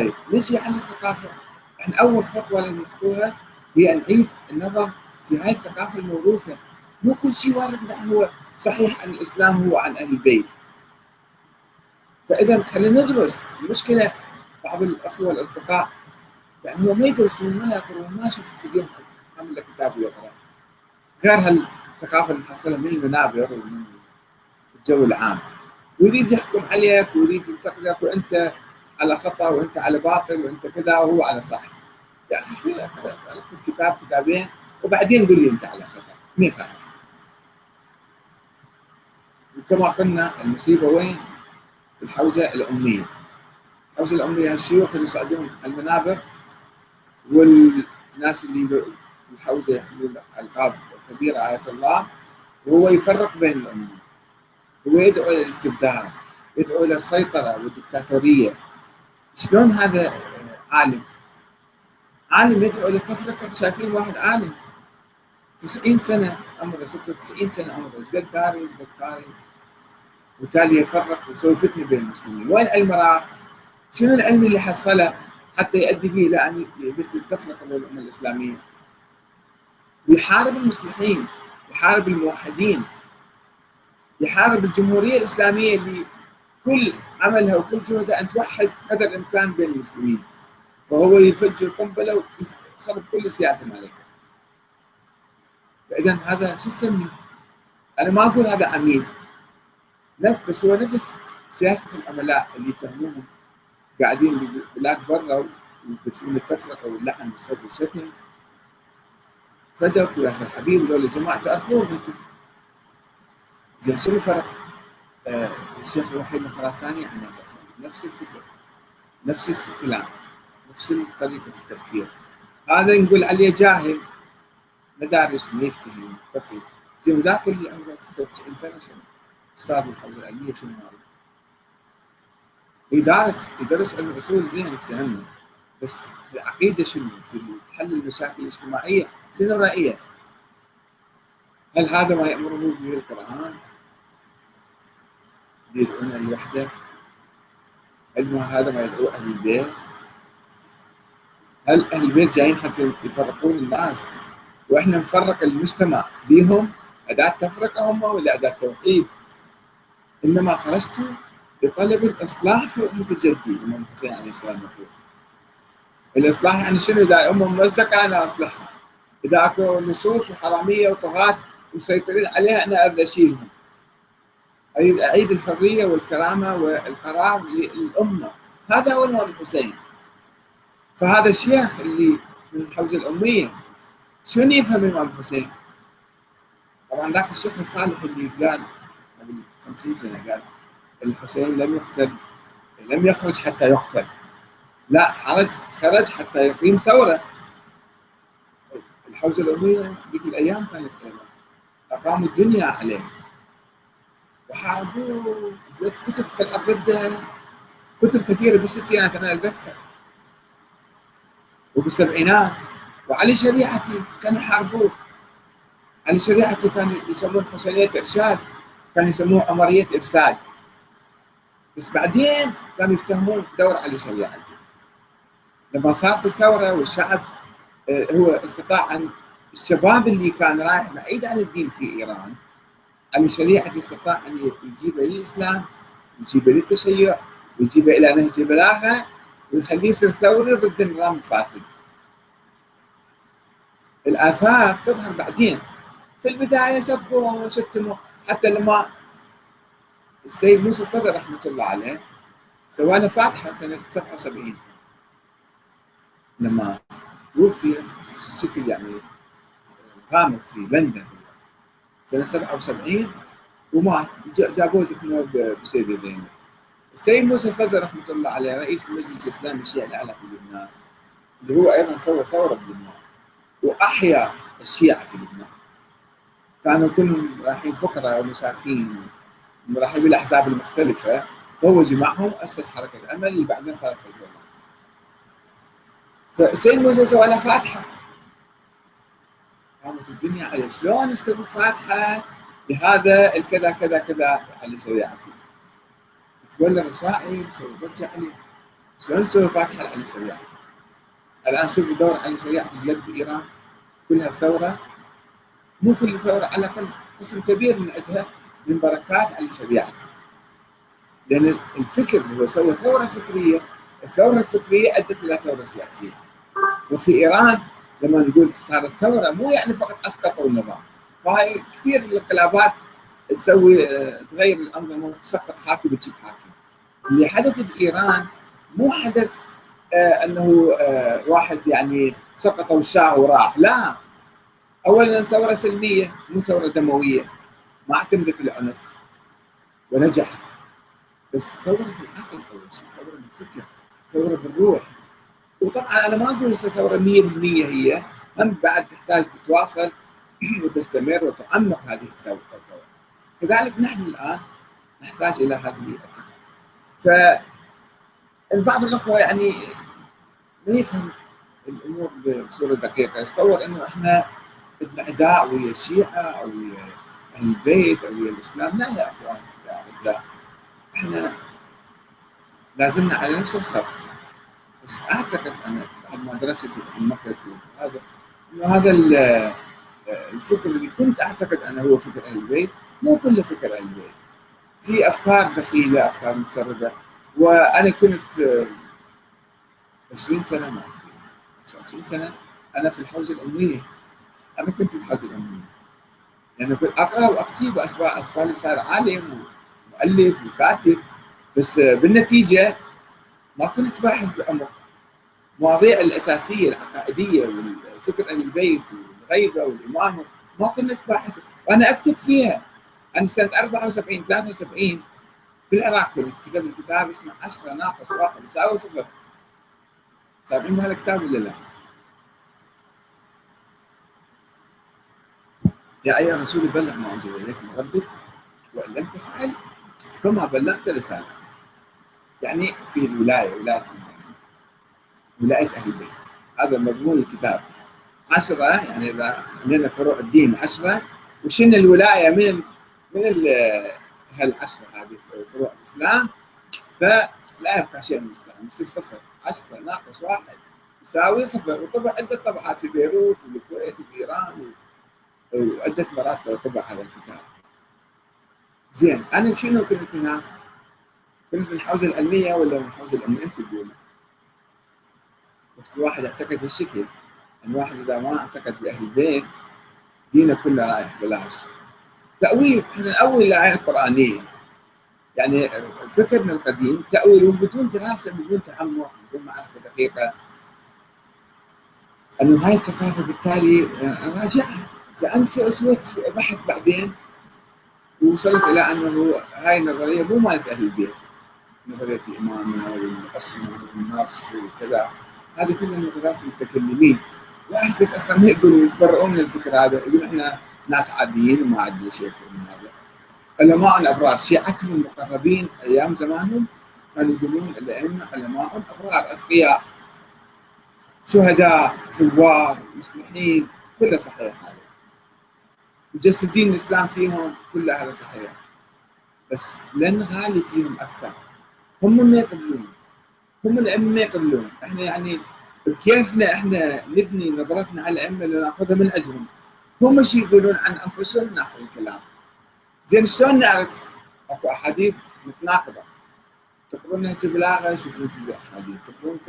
طيب نجي على الثقافة. احنا أول خطوة لازم نخطوها هي نعيد النظر في هاي الثقافة الموروثة. مو كل شيء واردنا هو صحيح أن الإسلام هو عن أهل البيت. فإذا خلينا ندرس. المشكلة بعض الأخوة الأصدقاء يعني هو ما يدرسون ولا يقرون، ما يشوفوا في اليوم عامل له كتاب ويقرأ، غير هالثقافة المحصلة من المنابر ومن الجو العام، ويريد يحكم عليك ويريد ينتقدك وأنت على خطأ وأنت على باطل وأنت كذا وهو على صح. يا أخي شوية اكتب كتاب كتابين وبعدين قل لي أنت على خطأ، ما يخالف. وكما قلنا المصيبة وين؟ الحوزة الأمية. الحوزة الأمية الشيوخ اللي يصعدون على المنابر والناس اللي الحوزة يحملون ألقاب كبيرة آية الله، وهو يفرق بين الأمة، هو يدعو إلى الاستبداد، يدعو إلى السيطرة والدكتاتورية. شلون هذا عالم؟ عالم يدعو إلى التفرقة. شايفين واحد عالم 90 سنة عمره، 96 سنة عمره، ايش قد قاري ايش قد قاري، وتالي يفرق ويسوي فتنة بين المسلمين. وين علم راح؟ شنو العلم اللي حصله حتى يؤدي به إلى أن يبث التفرقة بين الأمة الإسلامية؟ ويحارب المصلحين، يحارب الموحدين، يحارب الجمهورية الإسلامية اللي كل عملها وكل جهدها أن توحد قدر الإمكان بين المسلمين، فهو يفجر قنبلة ويخرب كل السياسة مالتها. فإذا هذا شو اسميه؟ أنا ما أقول هذا عميل، بس هو نفس سياسة العملاء اللي يتهموهم قاعدين ببلاد برا ويبثون التفرقة واللعن والسب والشتم. فدك وياسر حبيب وذول الجماعة تعرفوهم أنتم. زين شنو الفرق؟ الشيخ الوحيد الخراساني عن ياسر حبيب نفس الفكر، نفس الكلام، نفس طريقة التفكير. هذا نقول عليه جاهل، مدارس ما يفتهم طفل. زين ذاك اللي عمره 96 سنة شنو؟ أستاذ بالحوزة العلمية شنو هذا؟ يدرس علم الأصول زين يفتهمنا، بس العقيدة شنو؟ في حل المشاكل الاجتماعية شنو رأيه؟ هل هذا ما يأمره به القرآن؟ يدعون الوحدة؟ هل هذا ما يدعو أهل البيت؟ هل أهل البيت جايين حتى يفرقون الناس وإحنا نفرق المجتمع بهم؟ أداة تفرقة هم ولا أداة توحيد؟ إنما خرجت بطلب الإصلاح في أمة جدي الإمام الحسين عليه السلام يقول. الإصلاح يعني شنو؟ إذا أمة ممزقة أنا أصلحها، إذا أكو نصوص وحرامية وطغاة مسيطرين عليها أنا أريد أشيلهم، أريد أعيد الحرية والكرامة والقرار للأمة. هذا هو الإمام الحسين. فهذا الشيخ اللي من الحوزة الأمية شنو يفهم الإمام الحسين؟ طبعا ذاك الشيخ الصالح اللي قال قبل 50 سنة قال الحسين لم يقتل، لم يخرج حتى يقتل، لا خرج حتى يقيم ثورة. الحوزة الأمية ذيك الأيام كانت أيضا أقاموا الدنيا عليه وحاربوه، كتب طلعت ضده، كتب كثيرة بالستينات أنا أتذكر وبالسبعينات. وعلي شريعتي كان يحاربوه، علي شريعتي كان يسمون حسينية إرشاد، كان يسموه عمرية إفساد، بس بعدين كانوا يفتهمون دور علي شريعتي. لما صارت الثورة والشعب هو استطاع أن الشباب اللي كان رايح بعيد عن الدين في إيران، علي شريعتي استطاع أن يجيبه للإسلام، يجيبه للتشيع، ويجيبه إلى نهج البلاغة، ويخليه يصير ثوري ضد النظام الفاسد. الآثار تظهر بعدين، في البداية سبوا وشتموا، حتى لما السيد موسى الصدر رحمة الله عليه سوى له فاتحة سنة 77 لما توفي بشكل يعني غامض في لندن سنة 77 ومات، جابوه دفنوه بسيدة زينب. السيد موسى الصدر رحمة الله عليه رئيس المجلس الإسلامي الشيعي الأعلى في لبنان، اللي هو أيضا سوى ثورة بلبنان وأحيا الشيعة في لبنان، كانوا كلهم رايحين فقراء ومساكين رايحين بالأحزاب المختلفة، فهو جمعهم أسس حركة الأمل اللي بعدين صارت حزب الله. فالسيد موسى سوى له فاتحة، قامت الدنيا على شلون يستوي فاتحة لهذا الكذا كذا كذا على شريعتي، تولى رسائل سوي ضجة عليه. شلون نسوي فاتحه على شريعته؟ الان شوفوا دور على شريعه الجد بايران، كلها ثوره، مو كل ثوره، على الاقل قسم كبير من عندها من بركات على شريعته. لان الفكر اللي هو سوى ثوره فكريه، الثوره الفكريه ادت الى ثوره سياسيه. وفي ايران لما نقول صارت ثوره مو يعني فقط اسقطوا النظام، فهي كثير الانقلابات تسوي تغير الانظمه وتسقط حاكم وتجيب حاكم. اللي حدث بايران مو حدث انه واحد يعني سقطوا الشاه وراح، لا، اولا ثوره سلميه مو ثوره دمويه، ما اعتمدت العنف ونجحت، بس ثوره في العقل اول شيء، ثوره بالفكر، ثوره بالروح. وطبعا انا ما اقول هسه ثوره 100% هي، هم بعد تحتاج تتواصل وتستمر وتعمق هذه الثوره. كذلك نحن الان نحتاج الى هذه الثقافه. فالبعض الاخوه يعني ما يفهم الامور بصوره دقيقه، يتصور انه احنا عندنا عداء ويا الشيعه او ويا اهل البيت او ويا الاسلام. لا يا اخوان يا اعزاء، احنا لازلنا على نفس الخط. بس اعتقد انا بعد ما درست وتعمقت وهذا انه هذا الفكر اللي كنت اعتقد انه هو فكر اهل البيت مو كله فكر اهل البيت، في افكار دخيله، افكار متسربه. وانا كنت 20 سنه، ما 20 سنه انا في الحوزه الامنيه، انا كنت في الحوزه الامنيه، لانه كنت اقرا واكتب واسبالي صار عالم ومؤلف وكاتب، بس بالنتيجه ما كنت باحث بعمق المواضيع الاساسيه العقائديه والفكر اهل البيت والغيبه والامامه، ما كنت باحث وانا اكتب فيها. انا سنه 74 73 في العراق كنت كتبت كتاب اسمه 10 ناقص 1 يساوي 0. سامعين بهذا الكتاب ولا لا؟ يا ايها الرسول بلغ ما انزل اليك من ربك وان لم تفعل فما بلغت رسالته. يعني في الولايه، ولايه اهل البيت، هذا مضمون الكتاب. 10 يعني اذا خلينا فروع الدين 10، وشن الولايه من هالعشره هذه فروع الاسلام، فلا يبقى شيء من الاسلام، يصير 0. 10 ناقص 1 يساوي 0. وطبع عده طبعات في بيروت والكويت وايران وعده مرات طبع هذا الكتاب. زين، انا شنو كنت هنا؟ كنت من الحوزه العلميه ولا من الحوزه الامنيه؟ انت تقول. كل واحد يعتقد هالشكل. الواحد اذا ما اعتقد باهل البيت دينه كله رايح بلاش. تاويل، احنا ناول الايه القرانيه، يعني فكرنا القديم تاويل بدون دراسه، بدون تعمق، بدون معرفه دقيقه. انه هاي الثقافه بالتالي راجعها. انا سويت بحث بعدين ووصلت الى انه هاي النظريه مو مالت اهل البيت، نظريه الامامه والعصمه والنص وكذا، هذه كلها نظريات المتكلمين. واهل البيت اصلا ما يقولوا، يتبرؤون من الفكر هذا، يقولون احنا ناس عاديين وما عندنا شيء من هذا. علماء الابرار، شيعتهم المقربين ايام زمانهم كانوا يقولون الائمه علماء ابرار اتقياء شهداء ثوار مصلحين، كله صحيح هذا، مجسدين الاسلام فيهم، كل هذا صحيح. بس لان غالي فيهم اكثر، هم ما يقبلون، هم الائمه ما يقبلون. احنا يعني بكيفنا احنا نبني نظرتنا على الائمه اللي ناخذها من عندهم، هم شي يقولون عن انفسهم ناخذ الكلام. زين، شلون نعرف؟ اكو احاديث متناقضه، تقرون نهج البلاغه شوفوا في الاحاديث، تقرون